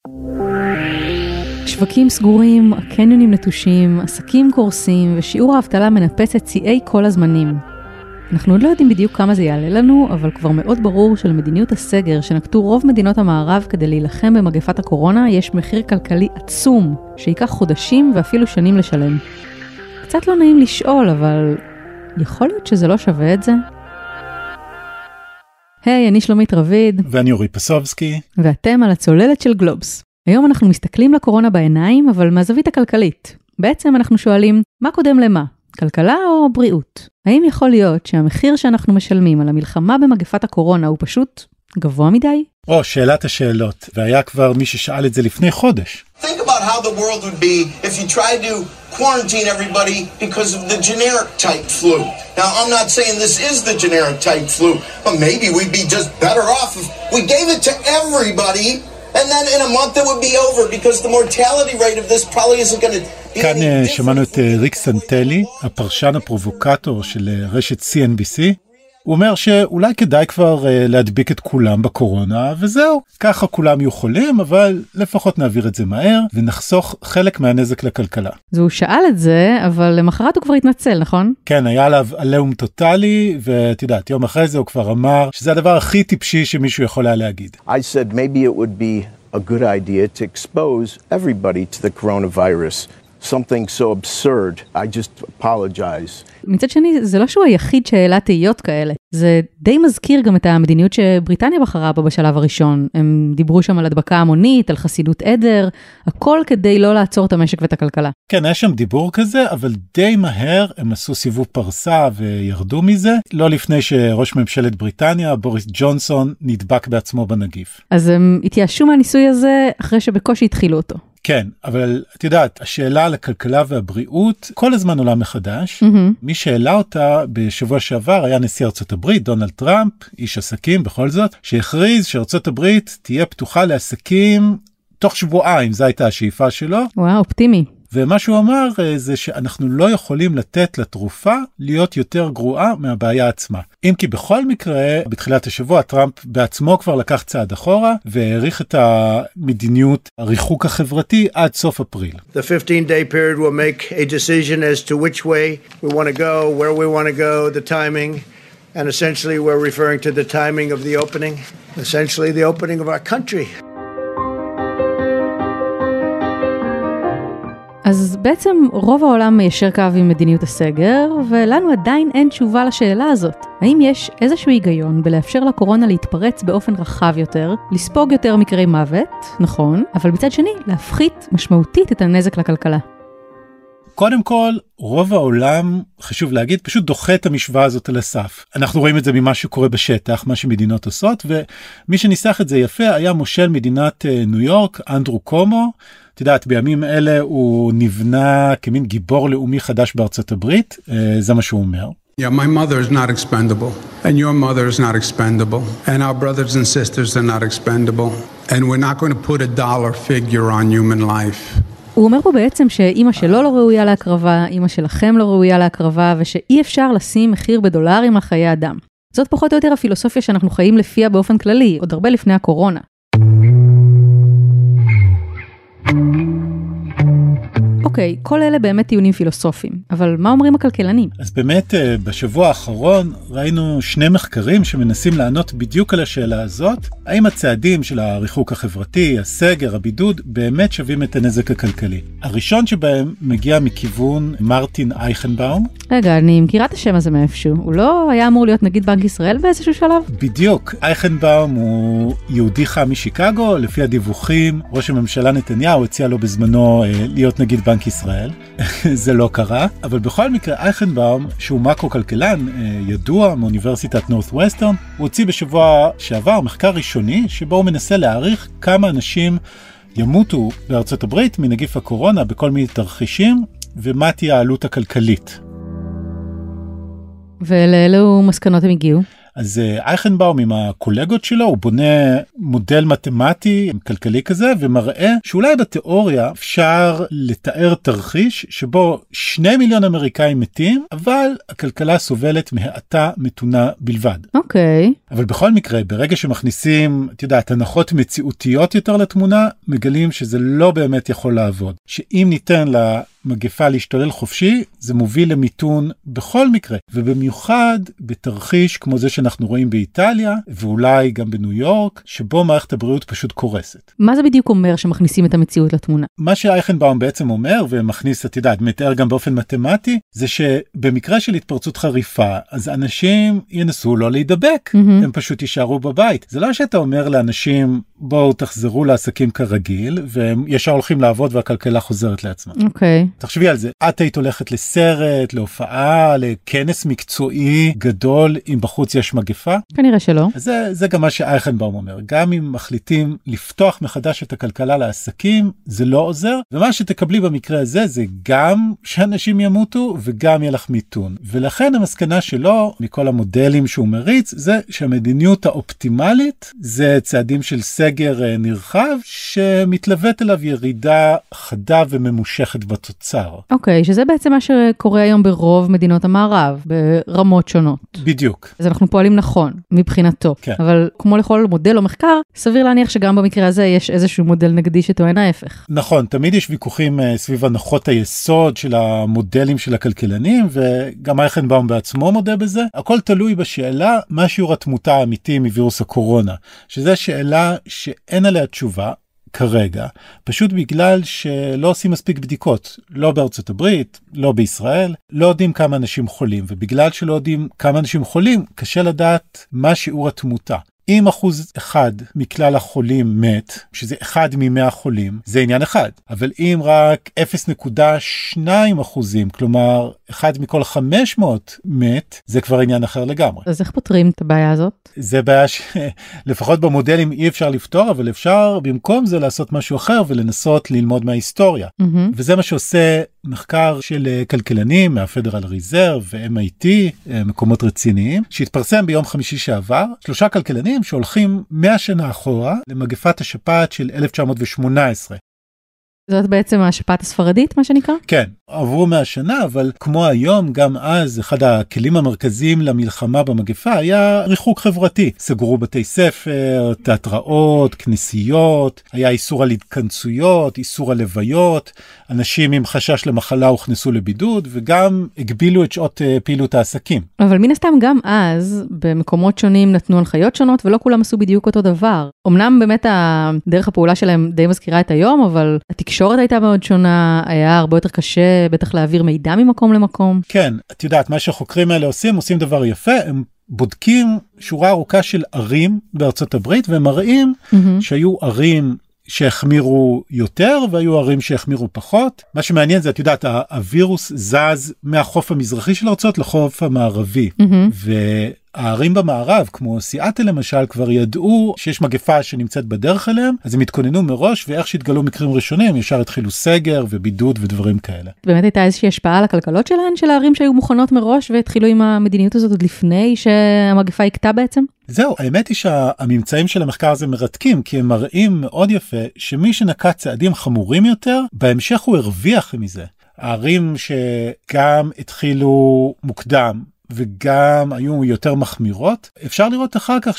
שווקים סגורים, הקניונים נטושים, עסקים קורסים ושיעור האבטלה מנפץ את שיאי כל הזמנים. אנחנו עוד לא יודעים בדיוק כמה זה יעלה לנו, אבל כבר מאוד ברור שלמדיניות הסגר שנקטו רוב מדינות המערב כדי להילחם במגפת הקורונה, יש מחיר כלכלי עצום, שיקח חודשים ואפילו שנים לשלם. קצת לא נעים לשאול, אבל יכול להיות שזה לא שווה את זה? היי, אני שלומית רביד. ואני אורי פסובסקי. ואתם על הצוללת של גלובס. היום אנחנו מסתכלים לקורונה בעיניים, אבל מהזווית הכלכלית. בעצם אנחנו שואלים, מה קודם למה? כלכלה או בריאות? האם יכול להיות שהמחיר שאנחנו משלמים על המלחמה במגפת הקורונה הוא פשוט גבוה מדי? שאלת השאלות, והיה כבר מי ששאל את זה לפני חודש. Think about how the world would be if you tried to quarantine everybody because of the generic type flu. Now, I'm not saying this is the generic type flu, but maybe we'd be just better off if we gave it to everybody, and then in a month it would be over because the mortality rate of this probably isn't going to be כאן any different. שמענו את ריק סנטלי, הפרשן הפרובוקטור של רשת CNBC. הוא אומר שאולי כדאי כבר להדביק את כולם בקורונה, וזהו. ככה כולם יהיו חולים, אבל לפחות נעביר את זה מהר, ונחסוך חלק מהנזק לכלכלה. אז הוא שאל את זה, אבל למחרת הוא כבר התנצל, נכון? כן, היה עליו עליהום טוטלי, ותדעת, יום אחרי זה הוא כבר אמר שזה הדבר הכי טיפשי שמישהו יכול היה להגיד. I said maybe it would be a good idea to expose everybody to the coronavirus. Something so absurd. I just apologize. מצד שני, זה לא שהוא היחיד שהעלה תהיות כאלה. זה די מזכיר גם את המדיניות שבריטניה בחרה בה בשלב הראשון. הם דיברו שם על הדבקה המונית, על חסינות עדר, הכל כדי לא לעצור את המשק ואת הכלכלה. כן, היה שם דיבור כזה, אבל די מהר הם עשו סיבוב פרסה וירדו מזה, לא לפני שראש ממשלת בריטניה, בוריס ג'ונסון, נדבק בעצמו בנגיף. אז הם התייאשו מהניסוי הזה אחרי שבקושי התחילו אותו. כן, אבל את יודעת, השאלה על הכלכלה והבריאות כל הזמן עולה מחדש. מי שאלה אותה בשבוע שעבר היה נשיא ארצות הברית, דונלד טראמפ, איש עסקים בכל זאת, שהכריז שארצות הברית תהיה פתוחה לעסקים תוך שבועיים, זו הייתה השאיפה שלו. וואו, אופטימי. ומה שהוא אמר זה שאנחנו לא יכולים לתת לתרופה להיות יותר גרועה מהבעיה עצמה. אם כי בכל מקרה, בתחילת השבוע, טראמפ בעצמו כבר לקח צעד אחורה, והעריך את המדיניות הריחוק החברתי עד סוף אפריל. The 15-day period will make a decision as to which way we want to go, where we want to go, the timing, and essentially we're referring to the timing of the opening, essentially the opening of our country. אז בעצם רוב העולם מיישר קו עם מדיניות הסגר, ולנו עדיין אין תשובה לשאלה הזאת. האם יש איזשהו היגיון בלאפשר לקורונה להתפרץ באופן רחב יותר, לספוג יותר מקרי מוות, נכון, אבל מצד שני להפחית משמעותית את הנזק לכלכלה? קודם כל, רוב העולם, חשוב להגיד, פשוט דוחה את המשוואה הזאת על הסף. אנחנו רואים את זה ממה שקורה בשטח, מה שמדינות עושות, ומי שניסח את זה יפה היה מושל מדינת ניו יורק, אנדרו קומו. את יודעת, בימים אלה הוא נבנה כמין גיבור לאומי חדש בארצות הברית, זה מה שהוא אומר. Yeah, my mother is not expendable, and your mother is not expendable, and our brothers and sisters are not expendable, and we're not going to put a dollar figure on human life. הוא אומר פה בעצם שאמא שלו לא ראויה להקרבה, אמא שלכם לא ראויה להקרבה, ושאי אפשר לשים מחיר בדולרים על חיי אדם. זאת פחות או יותר הפילוסופיה שאנחנו חיים לפיה באופן כללי, עוד הרבה לפני הקורונה. אוקיי, כל אלה באמת טיעונים פילוסופיים, אבל מה אומרים הכלכלנים? אז באמת בשבוע האחרון ראינו שני מחקרים שמנסים לענות בדיוק על השאלה הזאת, האם הצעדים של הריחוק החברתי, הסגר, הבידוד, באמת שווים את הנזק הכלכלי. הראשון שבהם מגיע מכיוון מרטין אייכנבאום. רגע, אני מכירה את השם הזה מאיפשהו, הוא לא היה אמור להיות נגיד בנק ישראל באיזשהו שלב? בדיוק, אייכנבאום הוא יהודי חם משיקגו, לפי הדיווחים, ראש הממשלה נתניהו הציע לו בזמנו להיות נגיד בנק ישראל, זה לא קרה, אבל בכל מקרה אייכנבאום, שהוא מקרו-כלכלן ידוע מאוניברסיטת נורת'ווסטרן, הוא הוציא בשבוע שעבר מחקר ראשוני, שבו הוא מנסה להעריך כמה אנשים ימותו בארצות הברית מנגיף הקורונה בכל מיני תרחישים, ומה תהיה העלות הכלכלית. ולאלו מסקנות הם הגיעו? אז אייכנבאום עם הקולגות שלו, הוא בונה מודל מתמטי כלכלי כזה, ומראה שאולי בתיאוריה אפשר לתאר תרחיש שבו 2 מיליון אמריקאים מתים, אבל הכלכלה סובלת מהאטה מתונה בלבד. אוקיי. אבל בכל מקרה, ברגע שמכניסים, את יודעת, הנחות מציאותיות יותר לתמונה, מגלים שזה לא באמת יכול לעבוד. שאם ניתן למגפה להשתולל חופשי, זה מוביל למיתון בכל מקרה, ובמיוחד בתרחיש כמו זה שאנחנו רואים באיטליה, ואולי גם בניו יורק, שבו מערכת הבריאות פשוט קורסת. מה זה בדיוק אומר שמכניסים את המציאות לתמונה? מה שאייכנבאום בעצם אומר, ומכניס, את יודעת, מתאר גם באופן מתמטי, זה שבמקרה של התפרצות חריפה, אז אנשים ינסו לא להידבק, הם פשוט יישארו בבית. זה לא שאתה אומר לאנשים, בואו תחזרו לעסקים כרגיל, והם ישר הולכים לעבוד והכלכלה חוזרת לעצמה. אוקיי. תחשבי על זה, את היית הולכת לסרט, להופעה, לכנס מקצועי גדול, אם בחוץ יש מגפה? כנראה שלא. זה גם מה שאייכנבאום אומר, גם אם מחליטים לפתוח מחדש את הכלכלה לעסקים, זה לא עוזר, ומה שתקבלי במקרה הזה, זה גם שאנשים ימותו, וגם יהיה לך מיתון. ולכן המסקנה שלו, מכל המודלים שהוא מריץ, זה שהמדיניות האופטימלית, זה צעדים של סגר נרחב, שמתלוות אליו ירידה חדה וממושכת בתוצר. אוקיי, שזה בעצם מה שקורה היום ברוב מדינות המערב, ברמות שונות. בדיוק. אז אנחנו פועלים נכון, מבחינתו. כן. אבל כמו לכל מודל או מחקר, סביר להניח שגם במקרה הזה יש איזשהו מודל נגדי שטוען ההפך. נכון, תמיד יש ויכוחים סביב הנחות היסוד של המודלים של הכלכלנים, וגם אייכנבאום בעצמו מודה בזה. הכל תלוי בשאלה מה שיעור התמותה האמיתי מווירוס הקורונה, שזו שאלה שאין עליה תשובה כרגע, פשוט בגלל שלא עושים מספיק בדיקות, לא בארצות הברית, לא בישראל, לא יודעים כמה אנשים חולים, ובגלל שלא יודעים כמה אנשים חולים, קשה לדעת מה שיעור התמותה. אם 1% מכלל החולים מת, שזה 1 מ-100 חולים, זה עניין אחד. אבל אם רק 0.2%, כלומר 1 מכל 500 מת, זה כבר עניין אחר לגמרי. אז איך פותרים את הבעיה הזאת? זה בעיה שלפחות במודלים אי אפשר לפתור, אבל אפשר במקום זה לעשות משהו אחר ולנסות ללמוד מההיסטוריה. וזה מה שעושה מחקר של כלכלנים מהפדרל ריזרב ו-MIT, מקומות רציניים, שהתפרסם ביום חמישי שעבר, 3 כלכלנים שהולכים 100 שנה אחורה למגפת השפעת של 1918. זאת בעצם השפעת הספרדית, מה שנקרא? כן, עברו 100 שנה, אבל כמו היום, גם אז, אחד הכלים המרכזיים למלחמה במגפה היה ריחוק חברתי. סגרו בתי ספר, תיאטראות, כנסיות, היה איסור על התכנסויות, איסור על לוויות, אנשים עם חשש למחלה הוכנסו לבידוד, וגם הגבילו את שעות פעילות העסקים. אבל מן הסתם גם אז, במקומות שונים נתנו הנחיות שונות, ולא כולם עשו בדיוק אותו דבר. אמנם באמת דרך הפעולה שלהם די מזכירה את היום, אבל התקשורת הייתה מאוד שונה, היה הרבה יותר קשה, בטח להעביר מידע ממקום למקום. כן, את יודעת, מה שהחוקרים האלה עושים דבר יפה, הם בודקים שורה ארוכה של ערים בארצות הברית, והם מראים שהיו ערים שהחמירו יותר, והיו ערים שהחמירו פחות. מה שמעניין זה, את יודעת, הווירוס זז מהחוף המזרחי של ארצות לחוף המערבי, הערים במערב, כמו סיאטל למשל, כבר ידעו שיש מגפה שנמצאת בדרך אליהם, אז הם התכוננו מראש, ואיך שהתגלו מקרים ראשונים, ישר התחילו סגר ובידוד ודברים כאלה. באמת הייתה איזושהי השפעה על הכלכלות שלהן, של הערים שהיו מוכנות מראש, והתחילו עם המדיניות הזאת עוד לפני שהמגפה יקטה בעצם? זהו, האמת היא שהממצאים של המחקר הזה מרתקים, כי הם מראים מאוד יפה, שמי שנקט צעדים חמורים יותר, בהמשך הוא הרוויח מזה. הערים שגם התחילו מוקדם, וגם היו יותר מחמירות. אפשר לראות אחר כך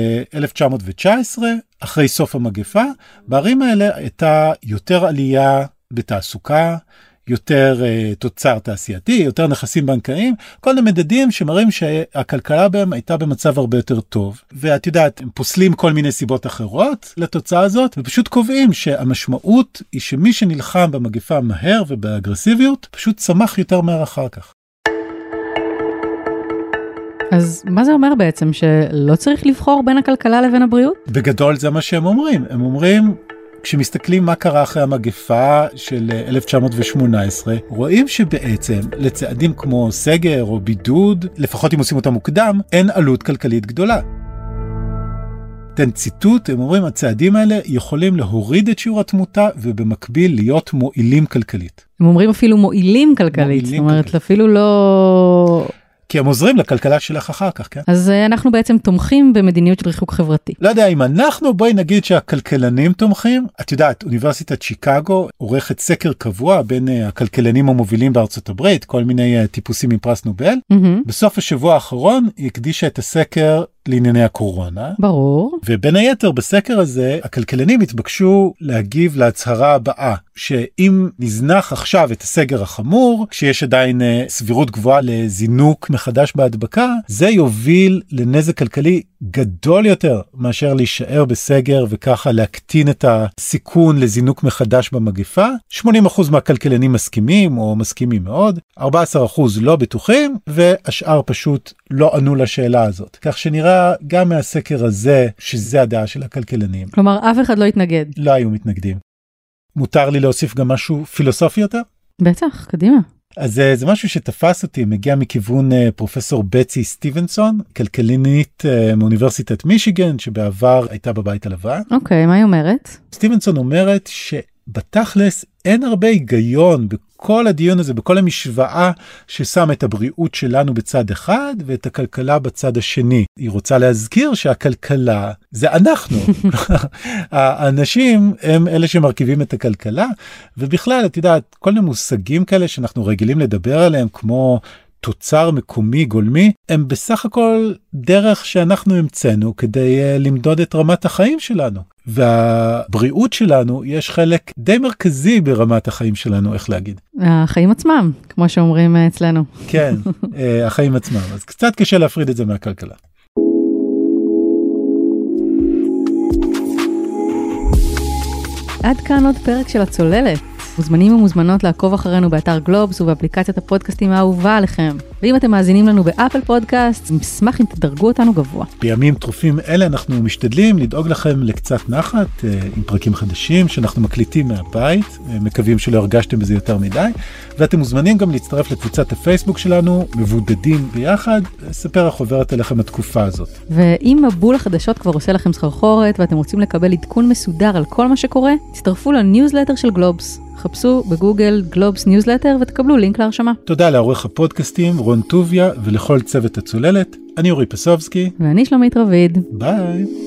שב-1919, אחרי סוף המגפה, בערים האלה הייתה יותר עלייה בתעסוקה, יותר תוצר תעשייתי, יותר נכסים בנקאיים, כל מיני מדדים שמראים שהכלכלה בהם הייתה במצב הרבה יותר טוב. ואת יודעת, הם פוסלים כל מיני סיבות אחרות לתוצאה הזאת, ופשוט קובעים שהמשמעות היא שמי שנלחם במגפה מהר ובאגרסיביות, פשוט צמח יותר מהר אחר כך. אז מה זה אומר בעצם? שלא צריך לבחור בין הכלכלה לבין הבריאות? בגדול זה מה שהם אומרים. הם אומרים, כשמסתכלים מה קרה אחרי המגפה של 1918, רואים שבעצם לצעדים כמו סגר או בידוד, לפחות אם עושים אותם מוקדם, אין עלות כלכלית גדולה. תן ציטוט, הם אומרים, הצעדים האלה יכולים להוריד את שיעור התמותה ובמקביל להיות מועילים כלכלית. הם אומרים אפילו מועילים כלכלית, זאת אומרת, אפילו לא... כי הם עוזרים לכלכלה שלך אחר כך, כן? אז אנחנו בעצם תומכים במדיניות של ריחוק חברתי. לא יודע אם אנחנו, בואי נגיד שהכלכלנים תומכים. את יודעת, אוניברסיטת שיקגו עורכת סקר קבוע בין הכלכלנים המובילים בארצות הברית, כל מיני טיפוסים עם פרס נובל. בסוף השבוע האחרון היא הקדישה את הסקר לענייני הקורונה. ברור. ובין היתר בסקר הזה, הכלכלנים התבקשו להגיב להצהרה הבאה, שאם נזנח עכשיו את הסגר החמור, כשיש עדיין סבירות גבוהה לזינוק מחדש בהדבקה, זה יוביל לנזק כלכלי גדול יותר מאשר להישאר בסגר וככה להקטין את הסיכון לזינוק מחדש במגפה. 80% מהכלכלנים מסכימים או מסכימים מאוד, 14% לא בטוחים, והשאר פשוט לא ענו לשאלה הזאת. כך שנראה גם מהסקר הזה שזה הדעה של הכלכלנים. כלומר, אף אחד לא התנגד. לא היו מתנגדים. מותר לי להוסיף גם משהו פילוסופי יותר? בטח, קדימה. אז זה משהו שתפס אותי, מגיע מכיוון פרופסור בצי סטיבנסון, כלכלנית מאוניברסיטת מישיגן, שבעבר הייתה בבית הלבן. אוקיי, מה היא אומרת? סטיבנסון אומרת שבתכלס אין הרבה היגיון בכל הדיון הזה, בכל המשוואה ששם את הבריאות שלנו בצד אחד ואת הכלכלה בצד השני. היא רוצה להזכיר שהכלכלה זה אנחנו. האנשים הם אלה שמרכיבים את הכלכלה, ובכלל, את יודעת, כל מיני מושגים כאלה שאנחנו רגילים לדבר עליהם, כמו תוצר מקומי גולמי, הם בסך הכל דרך שאנחנו המצאנו כדי למדוד את רמת החיים שלנו. והבריאות שלנו, יש חלק די מרכזי ברמת החיים שלנו, איך להגיד. החיים עצמם, כמו שאומרים אצלנו. כן, החיים עצמם. אז קצת קשה להפריד את זה מהכלכלה. עד כאן עוד פרק של הצוללת. מוזמנים ומוזמנות לעקוב אחרינו באתר גלובס ובאפליקציית הפודקאסטים האהובה עליכם. ואם אתם מאזינים לנו באפל פודקאסט, נשמח אם תדרגו אותנו גבוה. בימים טרופים אלה אנחנו משתדלים לדאוג לכם לקצת נחת עם פרקים חדשים שאנחנו מקליטים מהבית, מקווים שלא הרגשתם בזה יותר מדי, ואתם מוזמנים גם להצטרף לקבוצת הפייסבוק שלנו, מבודדים ביחד, לספר איך עוברת אליכם התקופה הזאת. ואם מבול החדשות כבר עושה לכם סחרחורת ואתם רוצים לקבל עדכון מסודר על כל מה שקורה, תצטרפו לניוזלטר של גלובס. חפשו בגוגל גלובס ניוזלטר ותקבלו לינק להרשמה. תודה לעורך הפודקאסטים רון טוביה ולכל צוות הצוללת. אני אורי פסובסקי. ואני שלומית רביד. ביי.